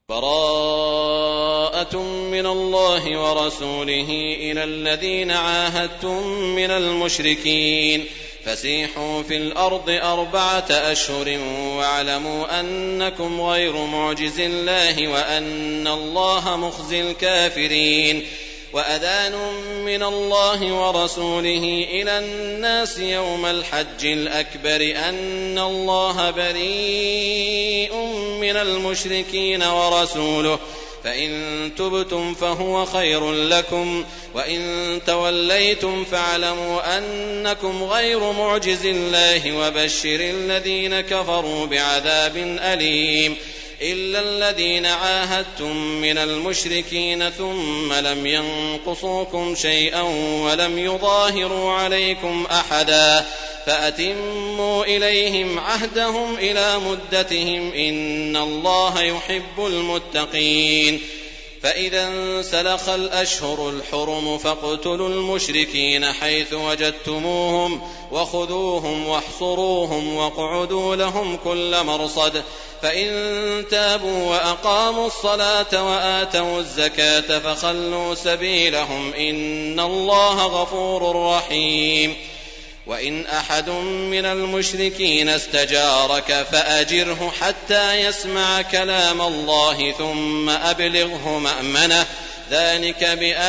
براءة من الله ورسوله إلى الذين عاهدتم من المشركين فسيحوا في الأرض 4 أشهر واعلموا أنكم غير معجز الله وأن الله مخزي الكافرين. وأذان من الله ورسوله إلى الناس يوم الحج الأكبر أن الله بريء من المشركين ورسوله فإن تبتم فهو خير لكم وإن توليتم فاعلموا أنكم غير معجز الله وبشر الذين كفروا بعذاب أليم. إلا الذين عاهدتم من المشركين ثم لم ينقصوكم شيئا ولم يظاهروا عليكم أحدا فأتموا إليهم عهدهم إلى مدتهم إن الله يحب المتقين. فإذا انسلخ الأشهر الحرم فاقتلوا المشركين حيث وجدتموهم وخذوهم واحصروهم واقعدوا لهم كل مرصد فإن تابوا وأقاموا الصلاة وآتوا الزكاة فخلوا سبيلهم إن الله غفور رحيم. وإن أحد من المشركين استجارك فأجره حتى يسمع كلام الله ثم أبلغه مأمنه ذلك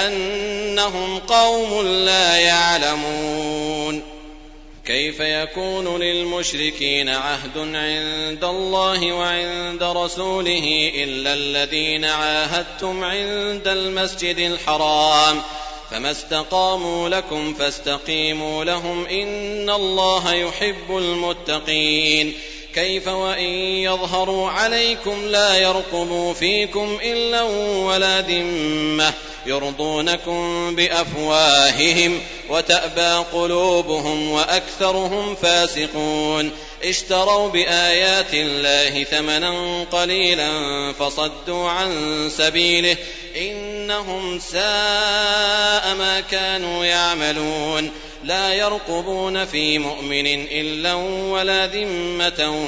بأنهم قوم لا يعلمون. كيف يكون للمشركين عهد عند الله وعند رسوله إلا الذين عاهدتم عند المسجد الحرام فما استقاموا لكم فاستقيموا لهم إن الله يحب المتقين. كيف وإن يظهروا عليكم لا يرقبوا فيكم إلا ولا ذمة يرضونكم بأفواههم وتأبى قلوبهم وأكثرهم فاسقون. اشتروا بآيات الله ثمنا قليلا فصدوا عن سبيله إنهم ساء ما كانوا يعملون. لا يرقبون في مؤمن إلا ولا ذمة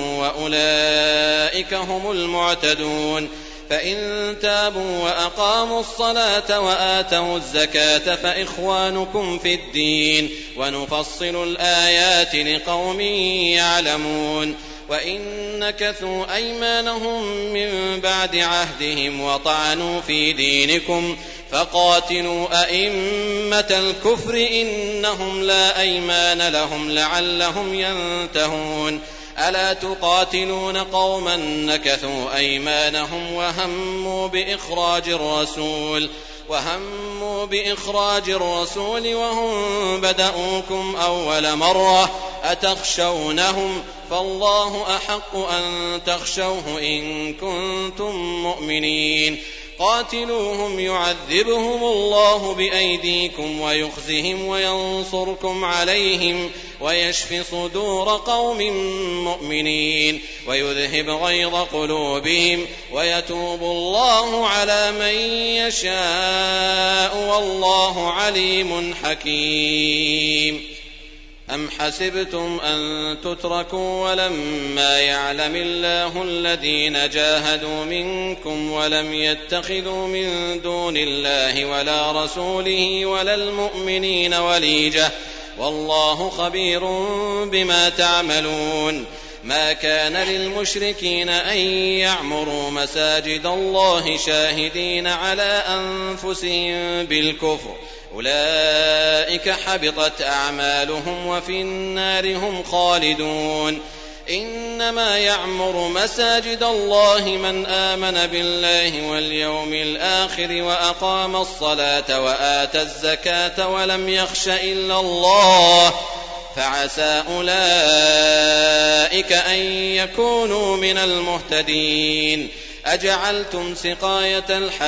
وأولئك هم المعتدون. فإن تابوا وأقاموا الصلاة وآتوا الزكاة فإخوانكم في الدين ونفصل الآيات لقوم يعلمون. وإن نكثوا أيمانهم من بعد عهدهم وطعنوا في دينكم فقاتلوا أئمة الكفر إنهم لا أيمان لهم لعلهم ينتهون. ألا تقاتلون قوما نكثوا أيمانهم وهموا بإخراج الرسول وهم بدأوكم أول مرة أتخشونهم فالله أحق أن تخشوه إن كنتم مؤمنين. قاتلوهم يعذبهم الله بأيديكم ويخزهم وينصركم عليهم ويشفي صدور قوم مؤمنين ويذهب غيظ قلوبهم ويتوب الله على من يشاء والله عليم حكيم. أم حسبتم أن تتركوا ولما يعلم الله الذين جاهدوا منكم ولم يتخذوا من دون الله ولا رسوله ولا المؤمنين وليجة والله خبير بما تعملون. ما كان للمشركين أن يعمروا مساجد الله شاهدين على أنفسهم بالكفر أولئك حبطت أعمالهم وفي النار هم خالدون. إنما يعمر مساجد الله من آمن بالله واليوم الآخر وأقام الصلاة وآتى الزكاة ولم يخش إلا الله فعسى أولئك أن يكونوا من المهتدين. أجعلتم سقاية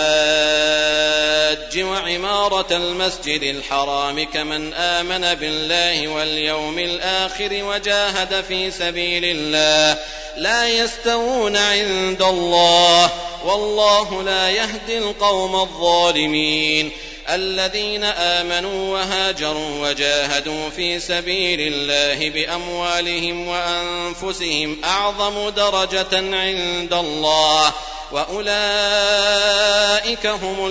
الحاج وعمارة المسجد الحرام كمن آمن بالله واليوم الآخر وجاهد في سبيل الله لا يستوون عند الله والله لا يهدي القوم الظالمين. الذين آمنوا وهاجروا وجاهدوا في سبيل الله بأموالهم وأنفسهم أعظم درجة عند الله وأولئك هم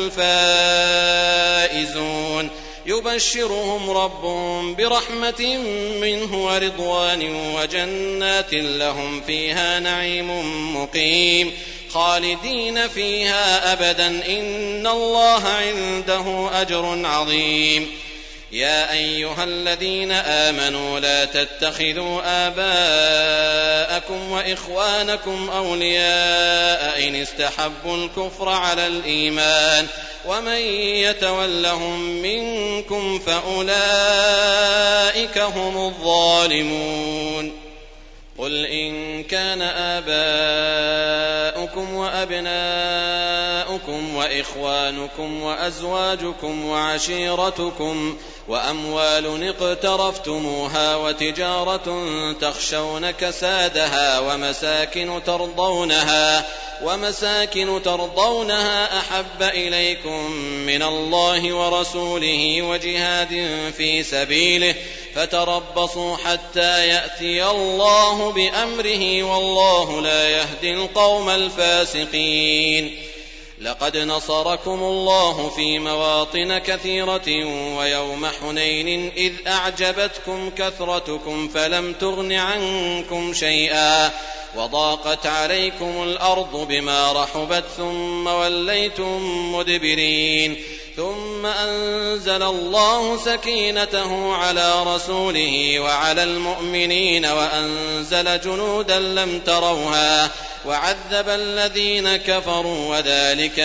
الفائزون يبشرهم ربهم برحمة منه ورضوان وجنات لهم فيها نعيم مقيم خالدين فيها أبدا إن الله عنده أجر عظيم. يا أيها الذين آمنوا لا تتخذوا آباءكم وإخوانكم أولياء إن استحبوا الكفر على الإيمان ومن يتولهم منكم فأولئك هم الظالمون. قل إن كان آباؤكم وأبناؤكم وإخوانكم وأزواجكم وعشيرتكم وأموال اقترفتموها وتجارة تخشون كسادها ومساكن ترضونها أحب إليكم من الله ورسوله وجهاد في سبيله فتربصوا حتى يأتي الله بأمره والله لا يهدي القوم الفاسقين. لقد نصركم الله في مواطن كثيرة ويوم حنين إذ أعجبتكم كثرتكم فلم تغن عنكم شيئا وضاقت عليكم الأرض بما رحبت ثم وليتم مدبرين ثم أنزل الله سكينته على رسوله وعلى المؤمنين وأنزل جنودا لم تروها وعذب الذين كفروا وذلك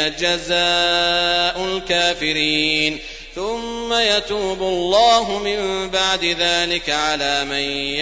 جزاء الكافرين. ثم يتوب الله من بعد ذلك على من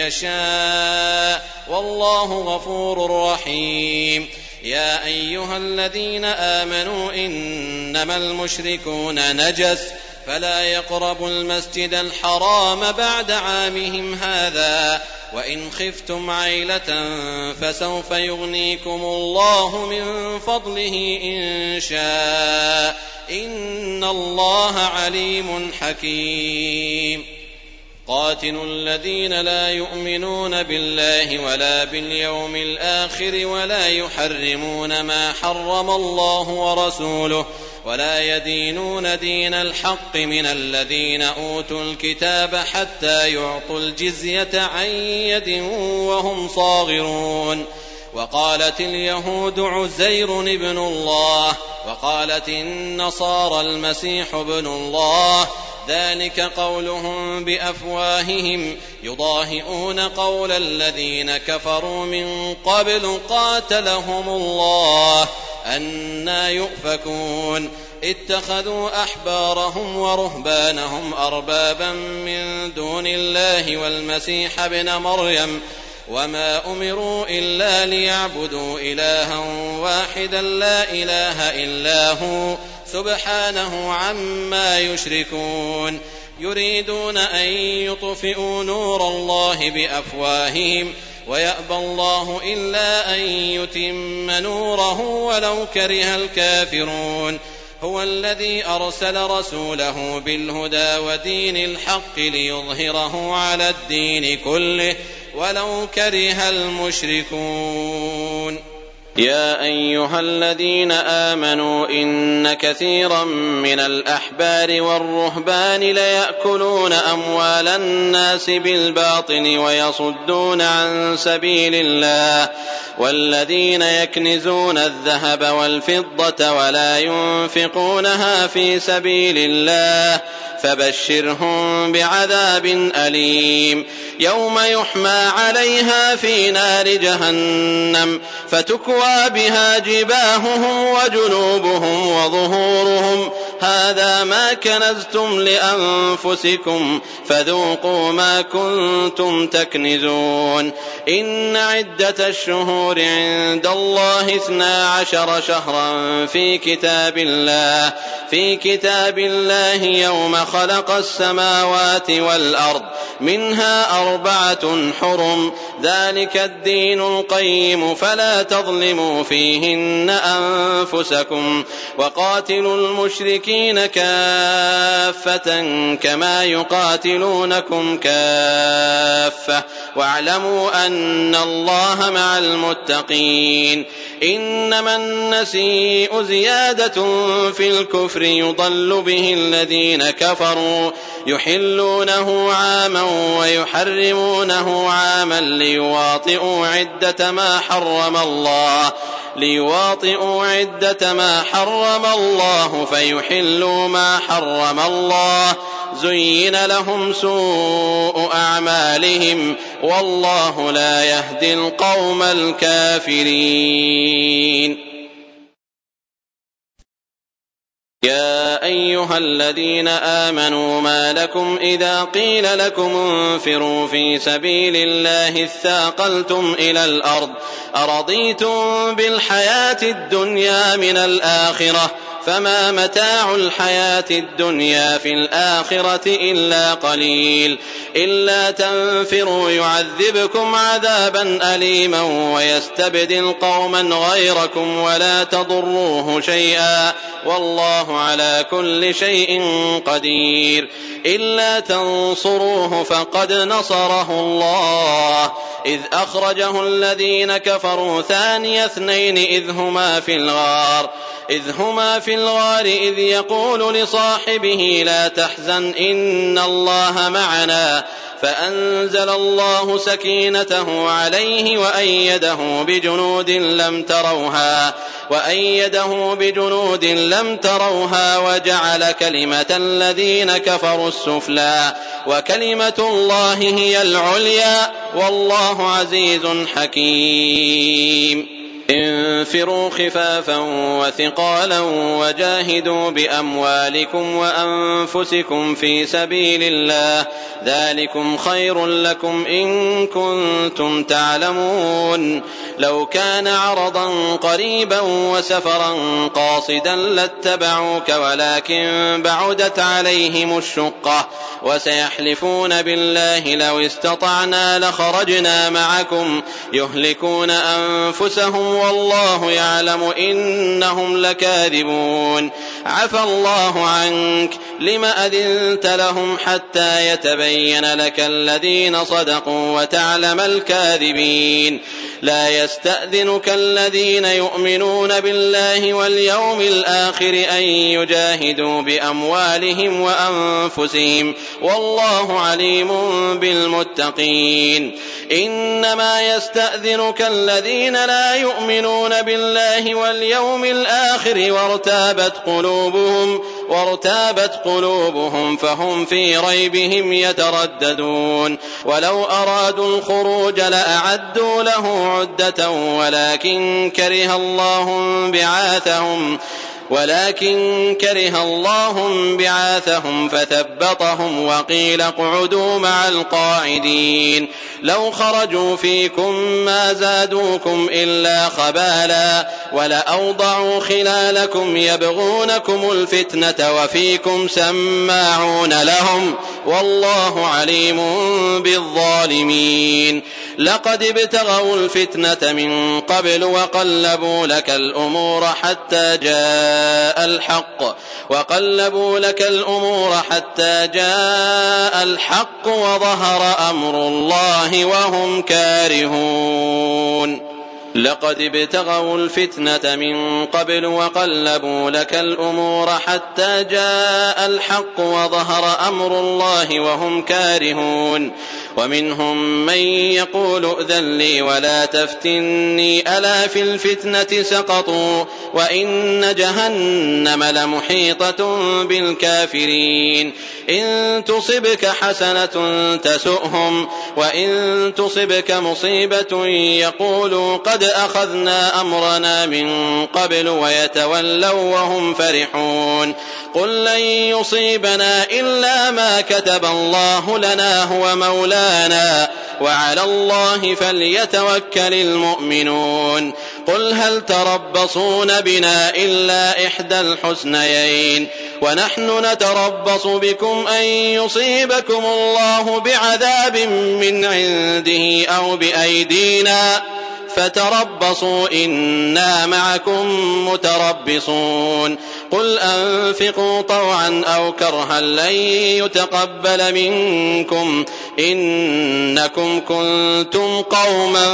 يشاء والله غفور رحيم. يا أيها الذين آمنوا إنما المشركون نجس فلا يقربوا المسجد الحرام بعد عامهم هذا وإن خفتم عيلة فسوف يغنيكم الله من فضله إن شاء إن الله عليم حكيم. قاتلوا الذين لا يؤمنون بالله ولا باليوم الآخر ولا يحرمون ما حرم الله ورسوله ولا يدينون دين الحق من الذين أوتوا الكتاب حتى يعطوا الجزية عن يد وهم صاغرون. وقالت اليهود عزير ابن الله وقالت النصارى المسيح ابن الله ذلك قولهم بأفواههم يضاهئون قول الذين كفروا من قبل قاتلهم الله أنى يؤفكون. اتخذوا أحبارهم ورهبانهم أربابا من دون الله والمسيح ابن مريم وما أمروا إلا ليعبدوا إلها واحدا لا إله إلا هو سبحانه عما يشركون. يريدون أن يطفئوا نور الله بأفواههم ويأبى الله إلا أن يتم نوره ولو كره الكافرون. هو الذي أرسل رسوله بالهدى ودين الحق ليظهره على الدين كله ولو كره المشركون. يا أيها الذين آمنوا إن كثيرا من الأحبار والرهبان ليأكلون أموال الناس بالباطل ويصدون عن سبيل الله والذين يكنزون الذهب والفضة ولا ينفقونها في سبيل الله فبشرهم بعذاب أليم يوم يحمى عليها في نار جهنم فتكوى بها جباههم وجنوبهم وظهورهم هذا ما كنزتم لأنفسكم فذوقوا ما كنتم تكنزون. إن عدة الشهور عند الله 12 شهرا في كتاب الله يوم خلق السماوات والأرض منها 4 حرم ذلك الدين القيم فلا تظلموا فيهن أنفسكم وقاتلوا المشركين المشركين كافة كما يقاتلونكم كافة واعلموا أن الله مع المتقين. إنما النسيء زيادة في الكفر يضل به الذين كفروا يحلونه عاما ويحرمونه عاما ليواطئوا عدة ما حرم الله فيحلوا ما حرم الله. زين لهم سوء أعمالهم والله لا يهدي القوم الكافرين. يا أيها الذين آمنوا ما لكم إذا قيل لكم انفروا في سبيل الله اثاقلتم إلى الأرض أرضيتم بالحياة الدنيا من الآخرة فما متاع الحياة الدنيا في الآخرة إلا قليل. إلا تنفروا يعذبكم عذابا أليما ويستبدل قوما غيركم ولا تضروه شيئا والله على كل شيء قدير. إلا تنصروه فقد نصره الله إذ أخرجه الذين كفروا ثاني اثنين إذ هما في الغار إذ يقول لصاحبه لا تحزن إن الله معنا فأنزل الله سكينته عليه وأيده بجنود لم تروها وجعل كلمة الذين كفروا السفلى وكلمة الله هي العليا والله عزيز حكيم. انفروا خفافا وثقالا وجاهدوا بأموالكم وأنفسكم في سبيل الله ذلكم خير لكم إن كنتم تعلمون. لو كان عرضا قريبا وسفرا قاصدا لاتبعوك ولكن بعدت عليهم الشقة وسيحلفون بالله لو استطعنا لخرجنا معكم يهلكون أنفسهم والله يعلم إنهم لكاذبون. عفى الله عنك لم أذنت لهم حتى يتبين لك الذين صدقوا وتعلم الكاذبين. لا يستأذنك الذين يؤمنون بالله واليوم الآخر أن يجاهدوا بأموالهم وأنفسهم والله عليم بالمتقين. إنما يستأذنك الذين لا يؤمنون بالله واليوم الآخر وارتابت قلوبهم فهم في ريبهم يترددون. ولو أرادوا الخروج لأعدوا له عدة ولكن كره الله بعاثهم فثبطهم وقيل اقعدوا مع القاعدين. لو خرجوا فيكم ما زادوكم إلا خبالا ولأوضعوا خلالكم يبغونكم الفتنة وفيكم سماعون لهم والله عليم بالظالمين. لقد ابتغوا الفتنة من قبل وقلبوا لك الأمور حتى جاء الحق وظهر أمر الله وهم كارهون. لقد ابتغوا الفتنة من قبل وقلبوا لك الأمور حتى جاء الحق وظهر أمر الله وهم كارهون. ومنهم من يقول ائذن لي ولا تفتني ألا في الفتنة سقطوا وإن جهنم لمحيطة بالكافرين. إن تصبك حسنة تسؤهم وإن تصبك مصيبة يقولوا قد أخذنا أمرنا من قبل ويتولوا وهم فرحون. قل لن يصيبنا إلا ما كتب الله لنا هو مولانا وعلى الله فليتوكل المؤمنون. قل هل تربصون بنا إلا إحدى الحسنيين ونحن نتربص بكم أن يصيبكم الله بعذاب من عنده أو بأيدينا فتربصوا إنا معكم متربصون. قل أنفقوا طوعا أو كرها لن يتقبل منكم إنكم كنتم قوما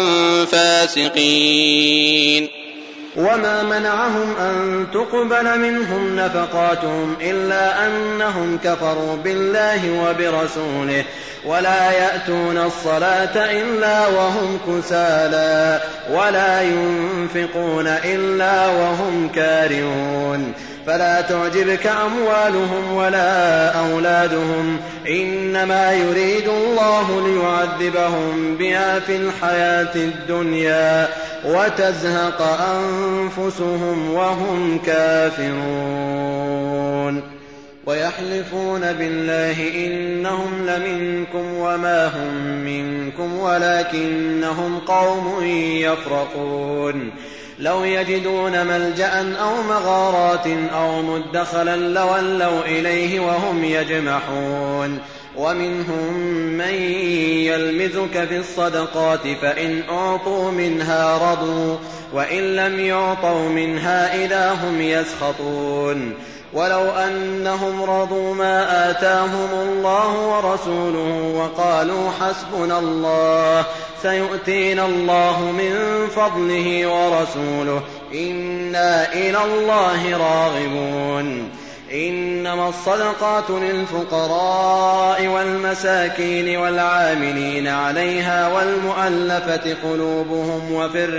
فاسقين. وما منعهم أن تقبل منهم نفقاتهم إلا أنهم كفروا بالله وبرسوله ولا يأتون الصلاة إلا وهم كسالى ولا ينفقون إلا وهم كارهون. فلا تعجبك أموالهم ولا أولادهم إنما يريد الله ليعذبهم بها في الحياة الدنيا وتزهق أنفسهم وهم كافرون. ويحلفون بالله إنهم لمنكم وما هم منكم ولكنهم قوم يفرقون. لو يجدون ملجأ أو مغارات أو مدخلا لولوا إليه وهم يجمحون. ومنهم من يلمزك في الصدقات فإن أعطوا منها رضوا وإن لم يعطوا منها إذا هم يسخطون. ولو أنهم رضوا ما آتاهم الله ورسوله وقالوا حسبنا الله سيؤتينا الله من فضله ورسوله إنا إلى الله راغبون. إنما الصدقات للفقراء والمساكين والعاملين عليها والمؤلفة قلوبهم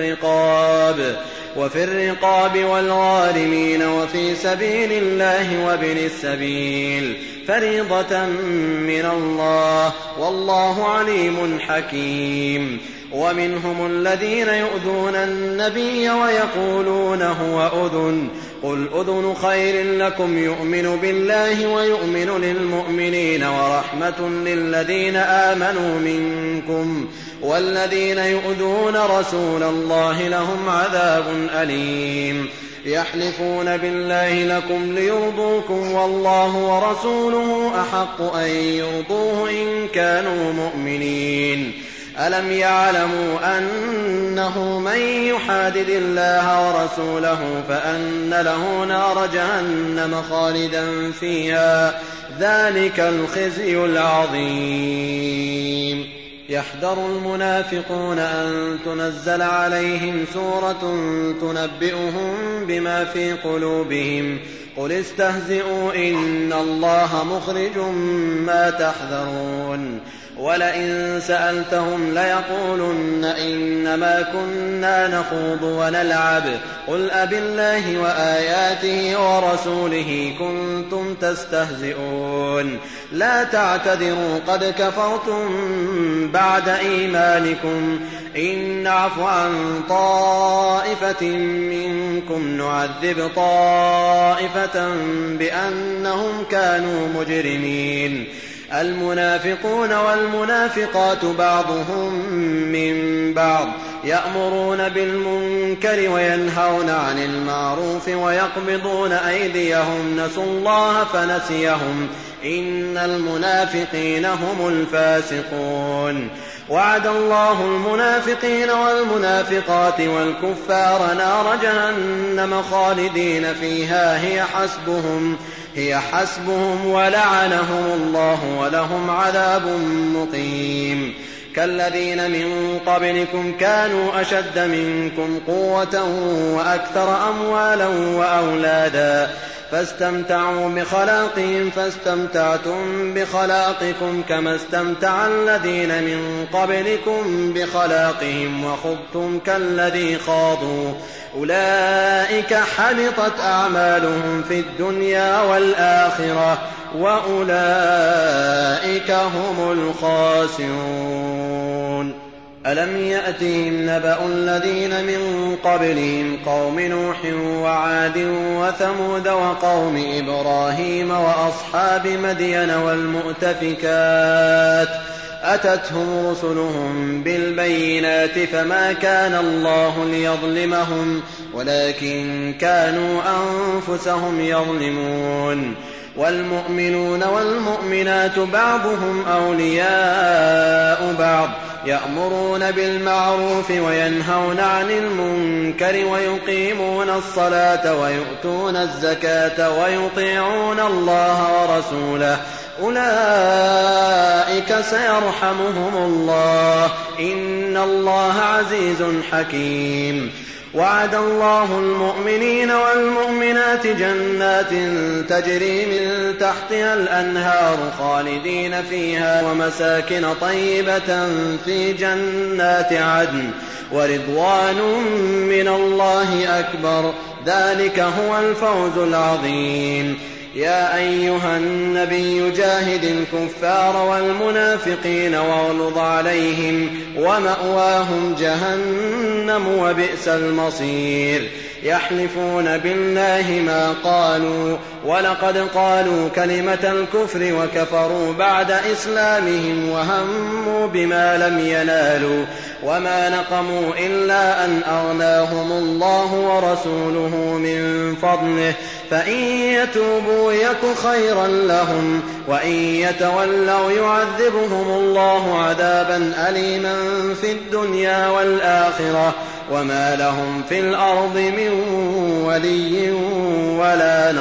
وفي الرقاب والغارمين وفي سبيل الله وابن السبيل فريضة من الله والله عليم حكيم. ومنهم الذين يؤذون النبي ويقولون هو أذن قل أذن خير لكم يؤمن بالله ويؤمن للمؤمنين ورحمة للذين آمنوا منكم والذين يؤذون رسول الله لهم عذاب أليم. يحلفون بالله لكم ليرضوكم والله ورسوله أحق أن يرضوه إن كانوا مؤمنين. ألم يعلموا أنه من يحادد الله ورسوله فأن له نار جهنم خالدا فيها ذلك الخزي العظيم. يحذر المنافقون أن تنزل عليهم سورة تنبئهم بما في قلوبهم قل استهزئوا إن الله مخرج ما تحذرون. ولئن سألتهم ليقولن إنما كنا نخوض ونلعب قل أبالله وآياته ورسوله كنتم تستهزئون لا تعتذروا قد كفرتم بعد إيمانكم إن نعف عن طائفة منكم نعذب طائفة بأنهم كانوا مجرمين. المنافقون والمنافقات بعضهم من بعض يأمرون بالمنكر وينهون عن المعروف ويقبضون أيديهم نسوا الله فنسيهم إن المنافقين هم الفاسقون. وعد الله المنافقين والمنافقات والكفار نار جهنم خالدين فيها هي حسبهم ولعنهم الله ولهم عذاب مقيم. كالذين من قبلكم كانوا أشد منكم قوة وأكثر أموالا وأولادا فاستمتعوا بخلاقهم فاستمتعتم بخلاقكم كما استمتع الذين من قبلكم بخلاقهم وخضتم كالذي خاضوا أولئك حبطت أعمالهم في الدنيا والآخرة وأولئك هم الخاسرون. ألم يأتهم نبأ الذين من قبلهم قوم نوح وعاد وثمود وقوم إبراهيم وأصحاب مدين والمؤتفكات أتتهم رسلهم بالبينات فما كان الله ليظلمهم ولكن كانوا أنفسهم يظلمون. والمؤمنون والمؤمنات بعضهم أولياء بعض يأمرون بالمعروف وينهون عن المنكر ويقيمون الصلاة ويؤتون الزكاة ويطيعون الله ورسوله أولئك سيرحمهم الله إن الله عزيز حكيم. وعد الله المؤمنين والمؤمنات جنات تجري من تحتها الأنهار خالدين فيها ومساكن طيبة في جنات عدن ورضوان من الله أكبر ذلك هو الفوز العظيم. يا أيها النبي جاهد الكفار والمنافقين واغلظ عليهم ومأواهم جهنم وبئس المصير. يحلفون بالله ما قالوا ولقد قالوا كلمة الكفر وكفروا بعد إسلامهم وهموا بما لم ينالوا وما نقموا إلا أن أغناهم الله ورسوله من فضله فإن يتوبوا يك خيرا لهم وإن يتولوا يعذبهم الله عذابا أليما في الدنيا والآخرة وما لهم في الأرض من ولي ولا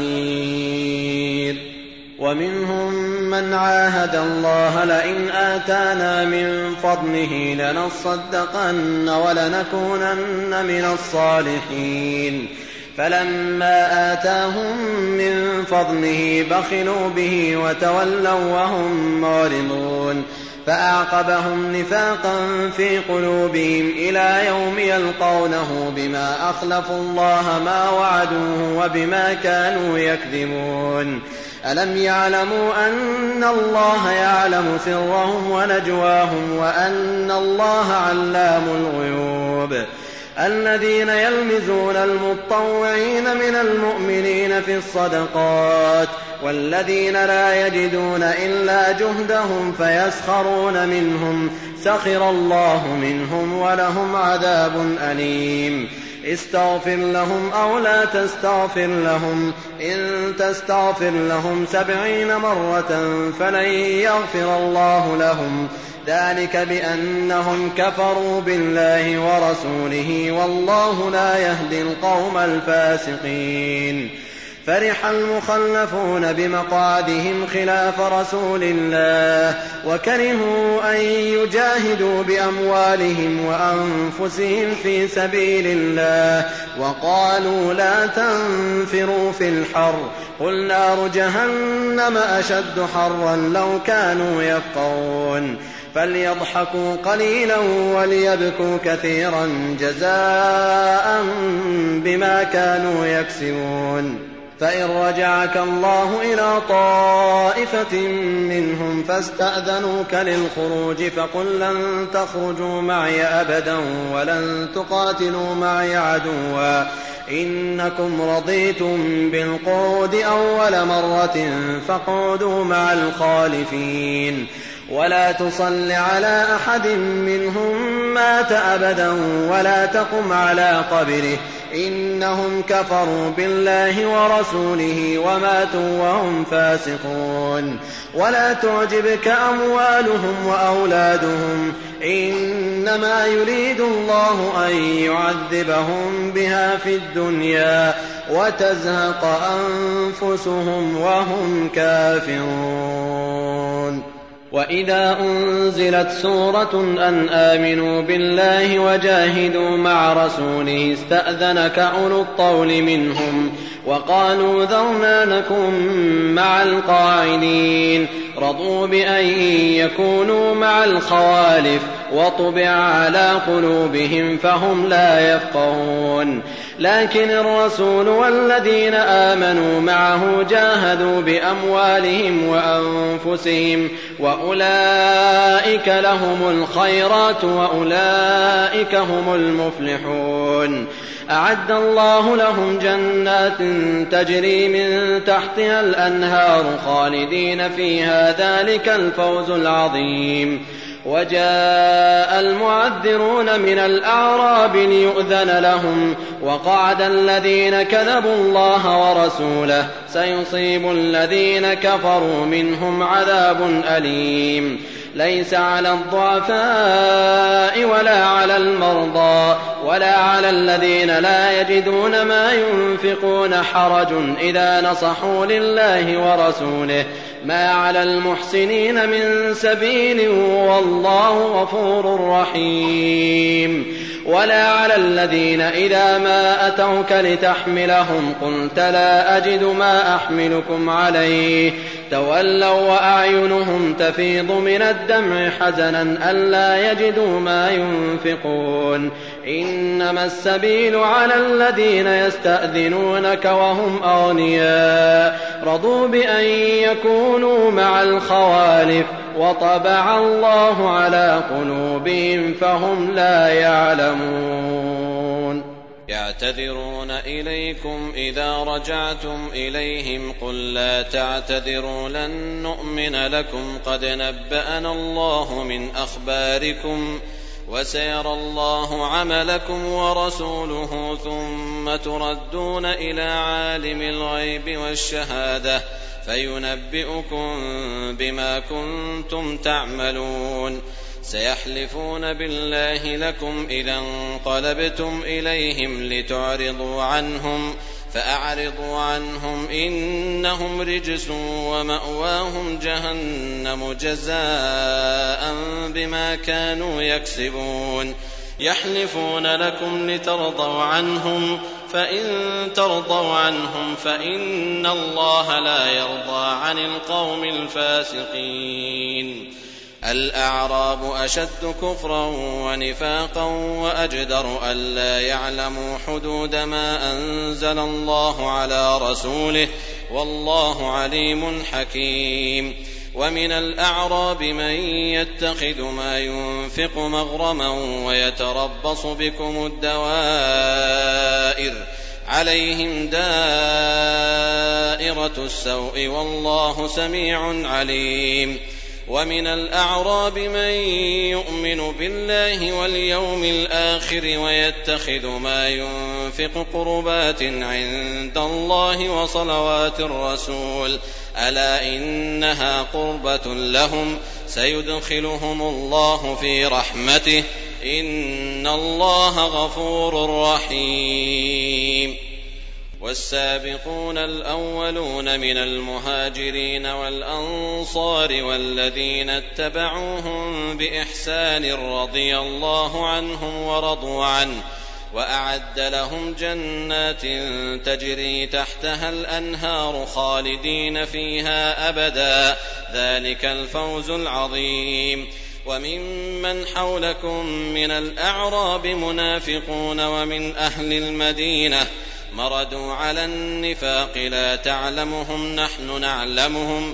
نصير. ومنهم من عاهد الله لئن آتانا من فضله لنصدقن ولنكونن من الصالحين فلما آتاهم من فضله بخلوا به وتولوا وهم معرضون فأعقبهم نفاقا في قلوبهم إلى يوم يلقونه بما أخلفوا الله ما وعدوه وبما كانوا يكذبون. ألم يعلموا أن الله يعلم سرهم ونجواهم وأن الله علام الغيوب. الذين يلمزون المطوعين من المؤمنين في الصدقات والذين لا يجدون إلا جهدهم فيسخرون منهم سخر الله منهم ولهم عذاب أليم. استغفر لهم أو لا تستغفر لهم إن تستغفر لهم 70 مرة فلن يغفر الله لهم ذلك بأنهم كفروا بالله ورسوله والله لا يهدي القوم الفاسقين. فرح المخلفون بمقعدهم خلاف رسول الله وكرهوا أن يجاهدوا بأموالهم وأنفسهم في سبيل الله وقالوا لا تنفروا في الحر قل نار جهنم أشد حرا لو كانوا يفقهون. فليضحكوا قليلا وليبكوا كثيرا جزاء بما كانوا يكسبون. فإن رجعك الله إلى طائفة منهم فاستأذنوك للخروج فقل لن تخرجوا معي أبدا ولن تقاتلوا معي عدوا إنكم رضيتم بالقعود أول مرة فاقعدوا مع الخالفين ولا تصل على أحد منهم مات أبدا ولا تقم على قبره إنهم كفروا بالله ورسوله وماتوا وهم فاسقون. ولا تعجبك أموالهم وأولادهم إنما يريد الله أن يعذبهم بها في الدنيا وتزهق أنفسهم وهم كافرون. وإذا أنزلت سورة أن آمنوا بالله وجاهدوا مع رسوله استأذنك أولو الطول منهم وقالوا ذرنا نكن مع القاعدين رضوا بأن يكونوا مع الخوالف وطبع على قلوبهم فهم لا يفقهون. لكن الرسول والذين آمنوا معه جاهدوا بأموالهم وأنفسهم وأولئك لهم الخيرات وأولئك هم المفلحون. أعد الله لهم جنات تجري من تحتها الأنهار خالدين فيها ذلك الفوز العظيم. وجاء المعذرون من الأعراب ليؤذن لهم وقعد الذين كذبوا الله ورسوله سيصيب الذين كفروا منهم عذاب أليم ليس على الضعفاء ولا على المرضى ولا على الذين لا يجدون ما ينفقون حرج إذا نصحوا لله ورسوله ما على المحسنين من سبيل والله غفور رحيم ولا على الذين إذا ما أتوك لتحملهم قلت لا أجد ما أحملكم عليه تولوا وأعينهم تفيض من الدمع حزنا ألا يجدوا ما ينفقون إنما السبيل على الذين يستأذنونك وهم أغنياء رضوا بأن يكونوا مع الخوالف وطبع الله على قلوبهم فهم لا يعلمون يعتذرون إليكم إذا رجعتم إليهم قل لا تعتذروا لن نؤمن لكم قد نبأنا الله من أخباركم وسيرى الله عملكم ورسوله ثم تردون إلى عالم الغيب والشهادة فينبئكم بما كنتم تعملون سيحلفون بالله لكم إذا انقلبتم إليهم لتعرضوا عنهم فأعرضوا عنهم إنهم رجس ومأواهم جهنم جزاء بما كانوا يكسبون يحلفون لكم لترضوا عنهم فإن ترضوا عنهم فإن الله لا يرضى عن القوم الفاسقين الأعراب أشد كفرا ونفاقا وأجدر ألا يعلموا حدود ما أنزل الله على رسوله والله عليم حكيم ومن الأعراب من يتخذ ما ينفق مغرما ويتربص بكم الدوائر عليهم دائرة السوء والله سميع عليم ومن الأعراب من يؤمن بالله واليوم الآخر ويتخذ ما ينفق قربات عند الله وصلوات الرسول ألا إنها قربة لهم سيدخلهم الله في رحمته إن الله غفور رحيم والسابقون الأولون من المهاجرين والأنصار والذين اتبعوهم بإحسان رضي الله عنهم ورضوا عنه وأعد لهم جنات تجري تحتها الأنهار خالدين فيها أبدا ذلك الفوز العظيم وممن حولكم من الأعراب منافقون ومن أهل المدينة مردوا على النفاق لا تعلمهم نحن نعلمهم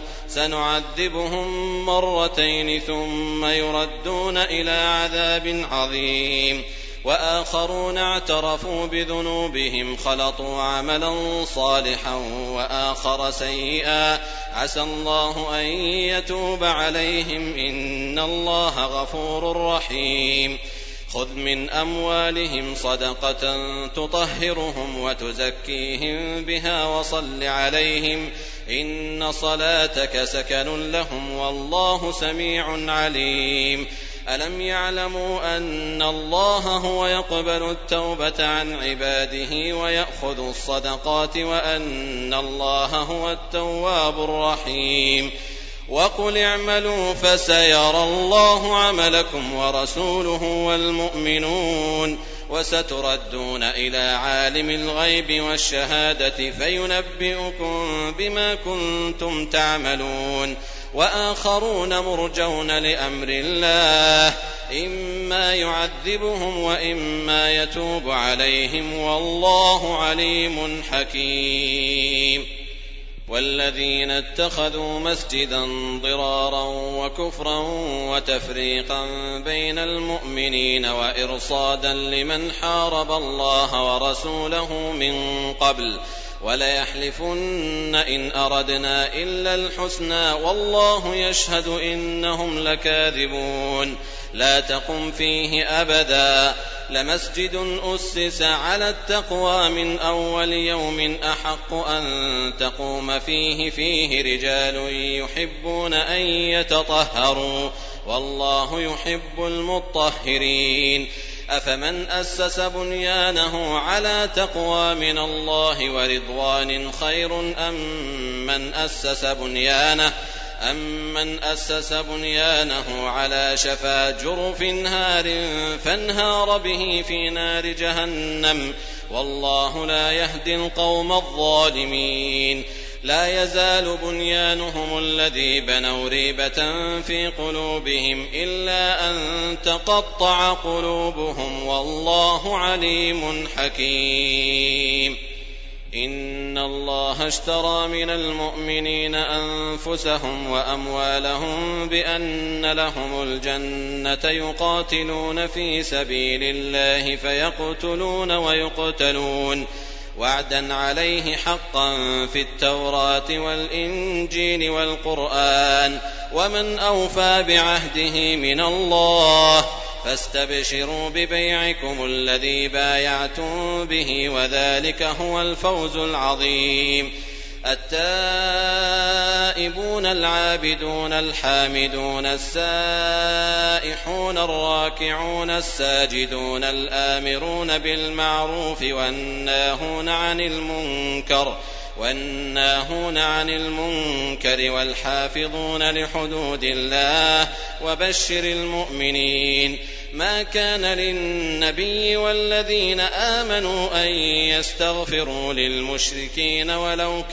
سنعذبهم مرتين ثم يردون إلى عذاب عظيم وآخرون اعترفوا بذنوبهم خلطوا عملا صالحا وآخر سيئا عسى الله أن يتوب عليهم إن الله غفور رحيم خذ من أموالهم صدقة تطهرهم وتزكيهم بها وصل عليهم إن صلاتك سكن لهم والله سميع عليم ألم يعلموا أن الله هو يقبل التوبة عن عباده ويأخذ الصدقات وأن الله هو التواب الرحيم وقل اعملوا فسيرى الله عملكم ورسوله والمؤمنون وستردون إلى عالم الغيب والشهادة فينبئكم بما كنتم تعملون وآخرون مرجون لأمر الله إما يعذبهم وإما يتوب عليهم والله عليم حكيم والذين اتخذوا مسجدا ضرارا وكفرا وتفريقا بين المؤمنين وإرصادا لمن حارب الله ورسوله من قبل وليحلفن إن أردنا إلا الحسنى والله يشهد إنهم لكاذبون لا تقم فيه أبدا لمسجد أسس على التقوى من أول يوم أحق أن تقوم فيه رجال يحبون أن يتطهروا والله يحب المطهرين أفمن أسس بنيانه على تقوى من الله ورضوان خير أم من أسس بنيانه على شفا جرف هار فانهار به في نار جهنم والله لا يهدي القوم الظالمين لا يزال بنيانهم الذي بنوا ريبة في قلوبهم إلا أن تقطع قلوبهم والله عليم حكيم إن الله اشترى من المؤمنين أنفسهم وأموالهم بأن لهم الجنة يقاتلون في سبيل الله فيقتلون ويقتلون وعدا عليه حقا في التوراة والإنجيل والقرآن ومن أوفى بعهده من الله فاستبشروا ببيعكم الذي بايعتم به وذلك هو الفوز العظيم التائبون العابدون الحامدون السائحون الراكعون الساجدون الآمرون بالمعروف والناهون عن المنكر والحافظون لحدود الله وبشر المؤمنين ما كان للنبي والذين آمنوا أن يستغفروا للمشركين ولو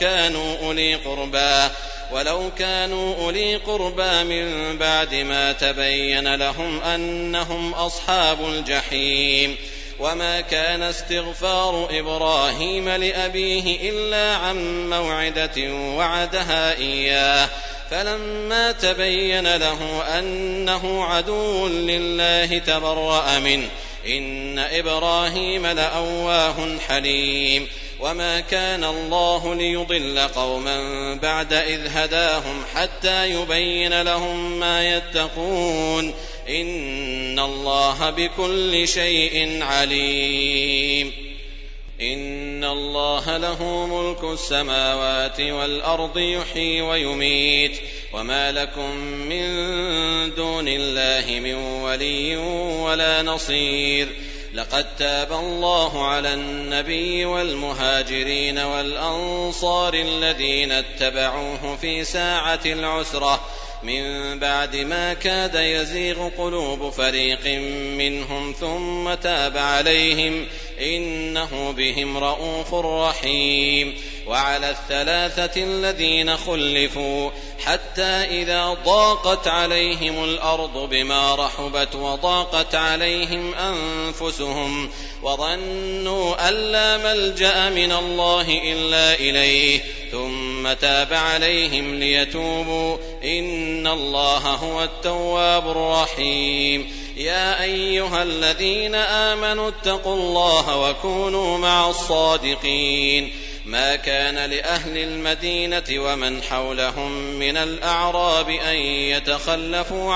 كانوا أولي قربى من بعد ما تبين لهم أنهم أصحاب الجحيم وما كان استغفار إبراهيم لأبيه إلا عن موعدة وعدها إياه فلما تبين له أنه عدو لله تبرأ منه إن إبراهيم لأواه حليم وما كان الله ليضل قوما بعد إذ هداهم حتى يبين لهم ما يتقون إن الله بكل شيء عليم إن الله له ملك السماوات والأرض يحيي ويميت وما لكم من دون الله من ولي ولا نصير لقد تاب الله على النبي والمهاجرين والأنصار الذين اتبعوه في ساعة العسرة من بعد ما كاد يزيغ قلوب فريق منهم ثم تاب عليهم إنه بهم رءوف رحيم وعلى الثلاثة الذين خلفوا حتى إذا ضاقت عليهم الأرض بما رحبت وضاقت عليهم أنفسهم وظنوا أن لا ملجأ من الله إلا إليه ثم تاب عليهم ليتوبوا إن الله هو التواب الرحيم يا أيها الذين آمنوا اتقوا الله وكونوا مع الصادقين ما كان لأهل المدينة ومن حولهم من الأعراب أن يتخلفوا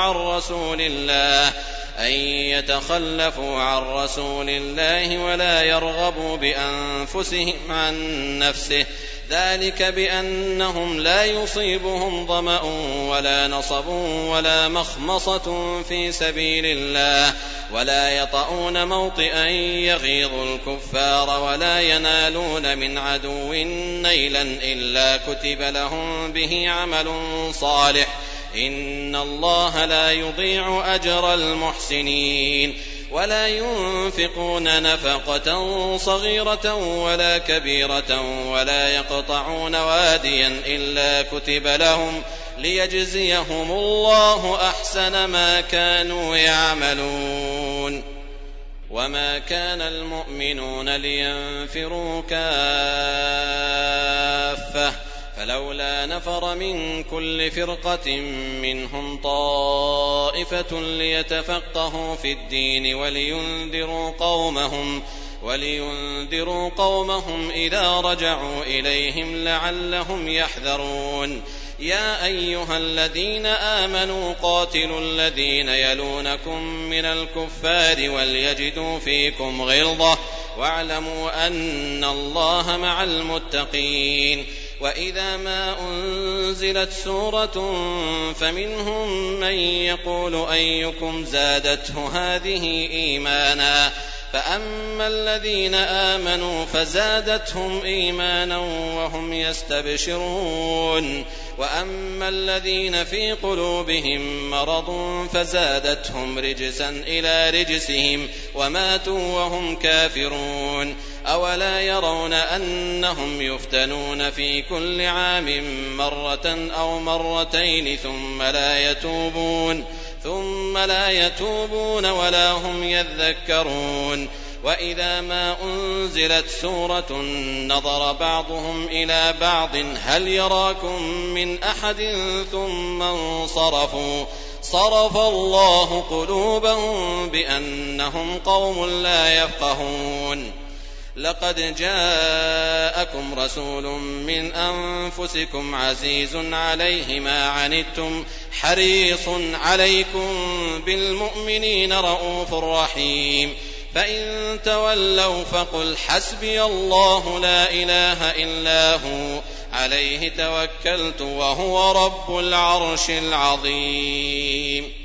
عن رسول الله ولا يرغبوا بأنفسهم عن نفسه ذلك بأنهم لا يصيبهم ظمأ ولا نصب ولا مخمصة في سبيل الله ولا يطؤون موطئا يغيظ الكفار ولا ينالون من عدو نيلا إلا كتب لهم به عمل صالح إن الله لا يضيع أجر المحسنين ولا ينفقون نفقة صغيرة ولا كبيرة ولا يقطعون واديا إلا كتب لهم ليجزيهم الله أحسن ما كانوا يعملون وما كان المؤمنون لينفروا كافة فلولا نفر من كل فرقة منهم طائفة ليتفقهوا في الدين ولينذروا قومهم إذا رجعوا إليهم لعلهم يحذرون يا أيها الذين آمنوا قاتلوا الذين يلونكم من الكفار وليجدوا فيكم غلظة واعلموا أن الله مع المتقين وإذا ما أنزلت سورة فمنهم من يقول أيكم زادته هذه إيمانا فأما الذين آمنوا فزادتهم إيمانا وهم يستبشرون وأما الذين في قلوبهم مرض فزادتهم رجسا إلى رجسهم وماتوا وهم كافرون أولا يرون أنهم يفتنون في كل عام مرة أو مرتين ثم لا يتوبون ولا هم يذكرون وإذا ما أنزلت سورة نظر بعضهم إلى بعض هل يراكم من أحد ثم انصرفوا صرف الله قلوبهم بأنهم قوم لا يفقهون لقد جاءكم رسول من أنفسكم عزيز عليه ما عنتم حريص عليكم بالمؤمنين رءوف رحيم فإن تولوا فقل حسبي الله لا إله إلا هو عليه توكلت وهو رب العرش العظيم